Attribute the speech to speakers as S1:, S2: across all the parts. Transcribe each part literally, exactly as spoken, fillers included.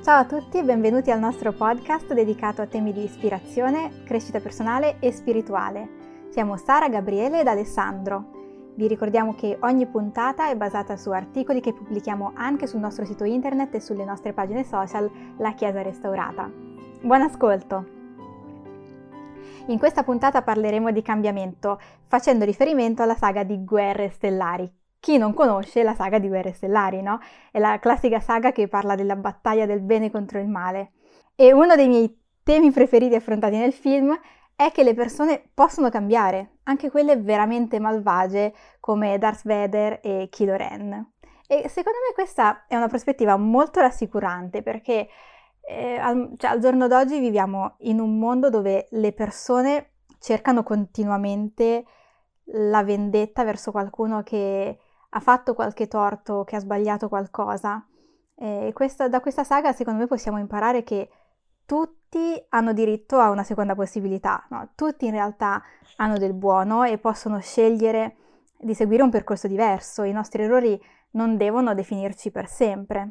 S1: Ciao a tutti e benvenuti al nostro podcast dedicato a temi di ispirazione, crescita personale e spirituale. Siamo Sara, Gabriele ed Alessandro. Vi ricordiamo che ogni puntata è basata su articoli che pubblichiamo anche sul nostro sito internet e sulle nostre pagine social La Chiesa Restaurata. Buon ascolto! In questa puntata parleremo di cambiamento, facendo riferimento alla saga di Guerre Stellari. Chi non conosce la saga di Guerre Stellari, no? È la classica saga che parla della battaglia del bene contro il male. E uno dei miei temi preferiti affrontati nel film è che le persone possono cambiare, anche quelle veramente malvagie come Darth Vader e Kylo Ren. E secondo me questa è una prospettiva molto rassicurante perché eh, al, cioè, al giorno d'oggi viviamo in un mondo dove le persone cercano continuamente la vendetta verso qualcuno che ha fatto qualche torto, che ha sbagliato qualcosa. E questa, da questa saga secondo me possiamo imparare che tutti hanno diritto a una seconda possibilità, no? Tutti in realtà hanno del buono e possono scegliere di seguire un percorso diverso. I nostri errori non devono definirci per sempre.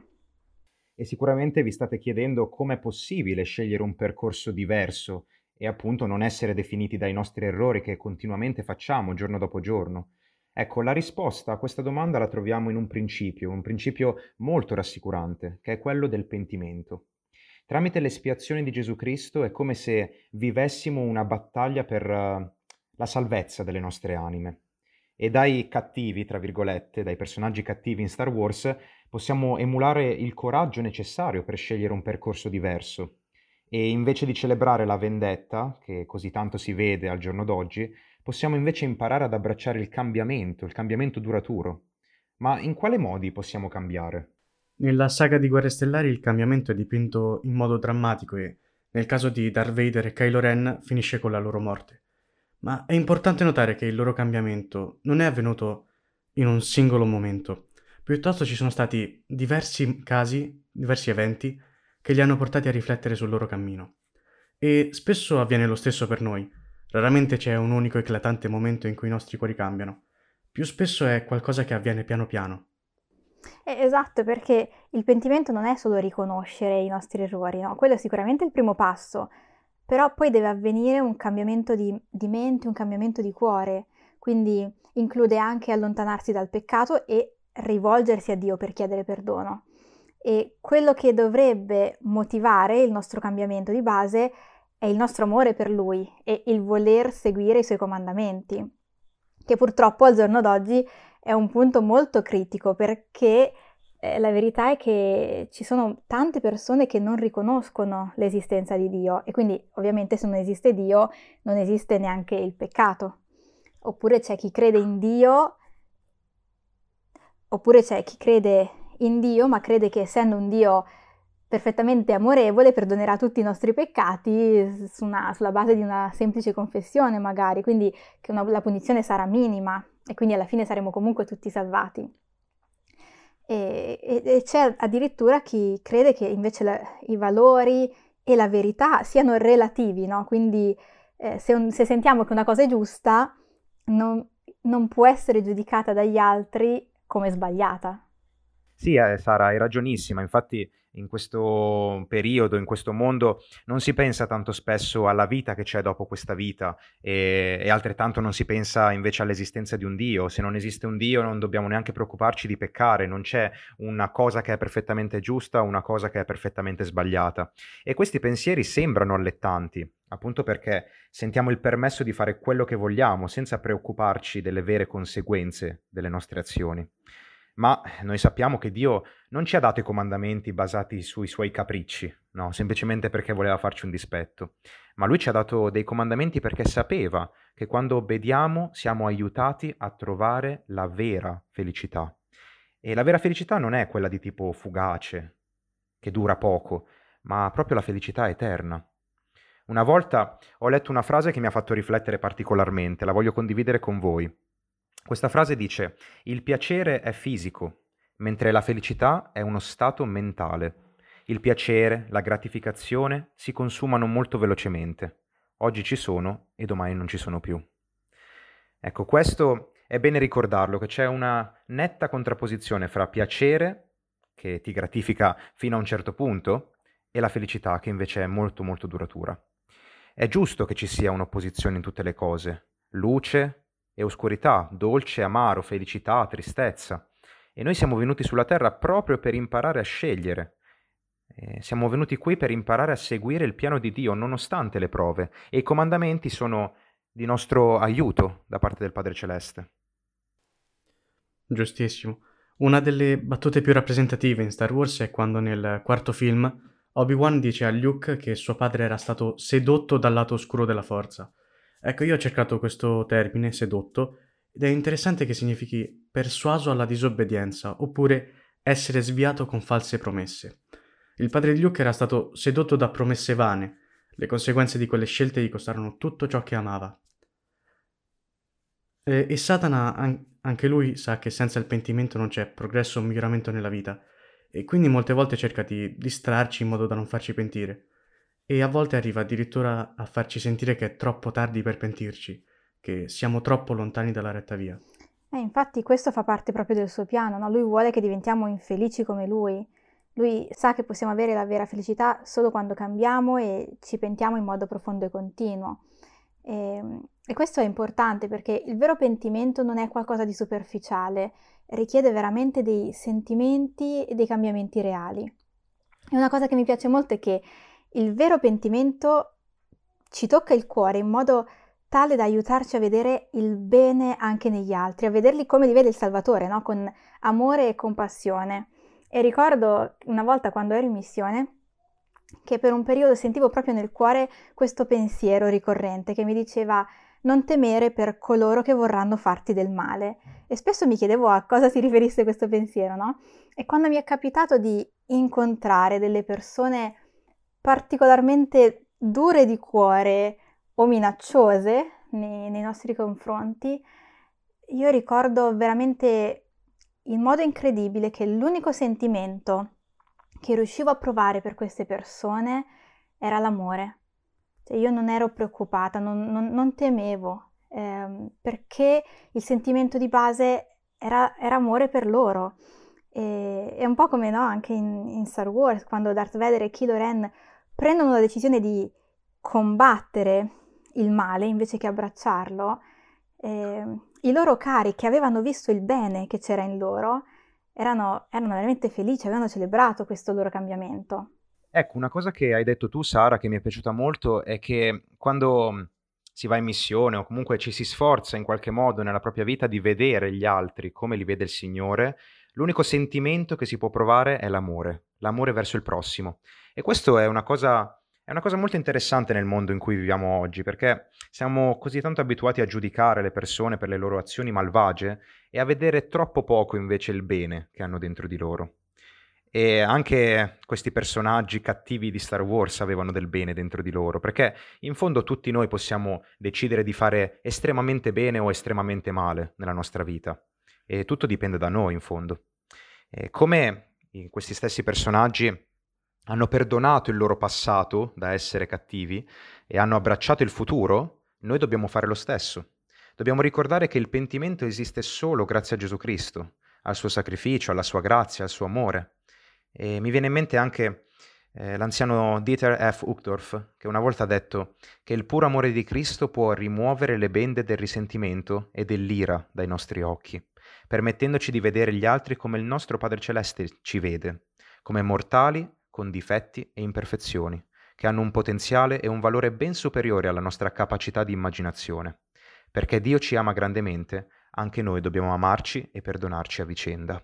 S2: E sicuramente vi state chiedendo com'è possibile scegliere un percorso diverso e appunto non essere definiti dai nostri errori che continuamente facciamo giorno dopo giorno. Ecco, la risposta a questa domanda la troviamo in un principio, un principio molto rassicurante, che è quello del pentimento. Tramite l'espiazione di Gesù Cristo è come se vivessimo una battaglia per uh, la salvezza delle nostre anime. E dai cattivi, tra virgolette, dai personaggi cattivi in Star Wars, possiamo emulare il coraggio necessario per scegliere un percorso diverso. E invece di celebrare la vendetta, che così tanto si vede al giorno d'oggi, possiamo invece imparare ad abbracciare il cambiamento, il cambiamento duraturo. Ma in quale modi possiamo cambiare?
S3: Nella saga di Guerre Stellari il cambiamento è dipinto in modo drammatico e, nel caso di Darth Vader e Kylo Ren, finisce con la loro morte. Ma è importante notare che il loro cambiamento non è avvenuto in un singolo momento. Piuttosto ci sono stati diversi casi, diversi eventi, che li hanno portati a riflettere sul loro cammino. E spesso avviene lo stesso per noi. Raramente c'è un unico eclatante momento in cui i nostri cuori cambiano. Più spesso è qualcosa che avviene piano piano.
S1: Eh, esatto, perché il pentimento non è solo riconoscere i nostri errori, no? Quello è sicuramente il primo passo, però poi deve avvenire un cambiamento di, di mente, un cambiamento di cuore, quindi include anche allontanarsi dal peccato e rivolgersi a Dio per chiedere perdono. E quello che dovrebbe motivare il nostro cambiamento di base è il nostro amore per Lui e il voler seguire i Suoi comandamenti, che purtroppo al giorno d'oggi è un punto molto critico perché eh, la verità è che ci sono tante persone che non riconoscono l'esistenza di Dio e quindi ovviamente se non esiste Dio non esiste neanche il peccato. Oppure c'è chi crede in Dio, oppure c'è chi crede in Dio ma crede che essendo un Dio perfettamente amorevole perdonerà tutti i nostri peccati su una, sulla base di una semplice confessione magari, quindi che una, la punizione sarà minima e quindi alla fine saremo comunque tutti salvati. E, e, e c'è addirittura chi crede che invece la, i valori e la verità siano relativi, no? Quindi eh, se, un, se sentiamo che una cosa è giusta non, non può essere giudicata dagli altri come sbagliata.
S2: Sì, eh, Sara, hai ragionissima. Infatti in questo periodo, in questo mondo, non si pensa tanto spesso alla vita che c'è dopo questa vita e, e altrettanto non si pensa invece all'esistenza di un Dio. Se non esiste un Dio non dobbiamo neanche preoccuparci di peccare, non c'è una cosa che è perfettamente giusta, una cosa che è perfettamente sbagliata. E questi pensieri sembrano allettanti, appunto perché sentiamo il permesso di fare quello che vogliamo senza preoccuparci delle vere conseguenze delle nostre azioni. Ma noi sappiamo che Dio non ci ha dato i comandamenti basati sui suoi capricci, no, semplicemente perché voleva farci un dispetto, ma Lui ci ha dato dei comandamenti perché sapeva che quando obbediamo siamo aiutati a trovare la vera felicità. E la vera felicità non è quella di tipo fugace, che dura poco, ma proprio la felicità eterna. Una volta ho letto una frase che mi ha fatto riflettere particolarmente, la voglio condividere con voi. Questa frase dice: il piacere è fisico, mentre la felicità è uno stato mentale. Il piacere, la gratificazione si consumano molto velocemente. Oggi ci sono e domani non ci sono più. Ecco, questo è bene ricordarlo, che c'è una netta contrapposizione fra piacere, che ti gratifica fino a un certo punto, e la felicità che invece è molto molto duratura. È giusto che ci sia un'opposizione in tutte le cose, luce e oscurità, dolce e amaro, felicità, tristezza. E noi siamo venuti sulla terra proprio per imparare a scegliere. Eh, siamo venuti qui per imparare a seguire il piano di Dio nonostante le prove, e i comandamenti sono di nostro aiuto da parte del Padre Celeste.
S3: Giustissimo. Una delle battute più rappresentative in Star Wars è quando nel quarto film Obi-Wan dice a Luke che suo padre era stato sedotto dal lato oscuro della forza. Ecco, io ho cercato questo termine, sedotto, ed è interessante che significhi persuaso alla disobbedienza, oppure essere sviato con false promesse. Il padre di Luke era stato sedotto da promesse vane, le conseguenze di quelle scelte gli costarono tutto ciò che amava. E, e Satana, an- anche lui, sa che senza il pentimento non c'è progresso o miglioramento nella vita, e quindi molte volte cerca di distrarci in modo da non farci pentire. E a volte arriva addirittura a farci sentire che è troppo tardi per pentirci, che siamo troppo lontani dalla retta via.
S1: Eh, infatti questo fa parte proprio del suo piano, no? Lui vuole che diventiamo infelici come lui. Lui sa che possiamo avere la vera felicità solo quando cambiamo e ci pentiamo in modo profondo e continuo. E, e questo è importante perché il vero pentimento non è qualcosa di superficiale, richiede veramente dei sentimenti e dei cambiamenti reali. E una cosa che mi piace molto è che il vero pentimento ci tocca il cuore in modo tale da aiutarci a vedere il bene anche negli altri, a vederli come li vede il Salvatore, no? Con amore e compassione. E ricordo una volta quando ero in missione che per un periodo sentivo proprio nel cuore questo pensiero ricorrente che mi diceva: non temere per coloro che vorranno farti del male. E spesso mi chiedevo a cosa si riferisse questo pensiero, no? E quando mi è capitato di incontrare delle persone particolarmente dure di cuore o minacciose nei, nei nostri confronti, io ricordo veramente in modo incredibile che l'unico sentimento che riuscivo a provare per queste persone era l'amore. Cioè io non ero preoccupata, non, non, non temevo, ehm, perché il sentimento di base era, era amore per loro. E, è un po' come, no, anche in, in Star Wars, quando Darth Vader e Kylo Ren prendono la decisione di combattere il male invece che abbracciarlo, eh, i loro cari che avevano visto il bene che c'era in loro erano, erano veramente felici, avevano celebrato questo loro cambiamento.
S2: Ecco, una cosa che hai detto tu, Sara, che mi è piaciuta molto, è che quando si va in missione o comunque ci si sforza in qualche modo nella propria vita di vedere gli altri come li vede il Signore, l'unico sentimento che si può provare è l'amore, l'amore verso il prossimo. E questo è una cosa... È una cosa molto interessante nel mondo in cui viviamo oggi, perché siamo così tanto abituati a giudicare le persone per le loro azioni malvagie e a vedere troppo poco invece il bene che hanno dentro di loro. E anche questi personaggi cattivi di Star Wars avevano del bene dentro di loro, perché in fondo tutti noi possiamo decidere di fare estremamente bene o estremamente male nella nostra vita, e tutto dipende da noi in fondo. E come in questi stessi personaggi hanno perdonato il loro passato da essere cattivi e hanno abbracciato il futuro, noi dobbiamo fare lo stesso. Dobbiamo ricordare che il pentimento esiste solo grazie a Gesù Cristo, al suo sacrificio, alla sua grazia, al suo amore. E mi viene in mente anche eh, l'anziano Dieter F. Uchtdorf, che una volta ha detto che il puro amore di Cristo può rimuovere le bende del risentimento e dell'ira dai nostri occhi, permettendoci di vedere gli altri come il nostro Padre Celeste ci vede, come mortali, con difetti e imperfezioni, che hanno un potenziale e un valore ben superiore alla nostra capacità di immaginazione. Perché Dio ci ama grandemente, anche noi dobbiamo amarci e perdonarci a vicenda.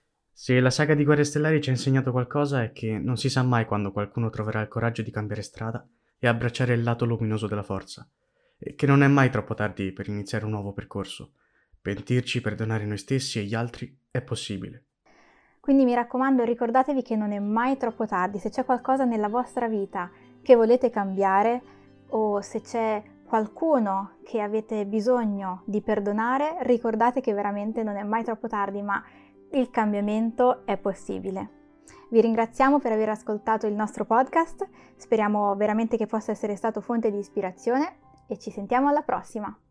S3: Se la saga di Guerre Stellari ci ha insegnato qualcosa è che non si sa mai quando qualcuno troverà il coraggio di cambiare strada e abbracciare il lato luminoso della forza, e che non è mai troppo tardi per iniziare un nuovo percorso. Pentirci, perdonare noi stessi e gli altri è possibile.
S1: Quindi mi raccomando, ricordatevi che non è mai troppo tardi. Se c'è qualcosa nella vostra vita che volete cambiare o se c'è qualcuno che avete bisogno di perdonare, ricordate che veramente non è mai troppo tardi, ma il cambiamento è possibile. Vi ringraziamo per aver ascoltato il nostro podcast, speriamo veramente che possa essere stato fonte di ispirazione e ci sentiamo alla prossima!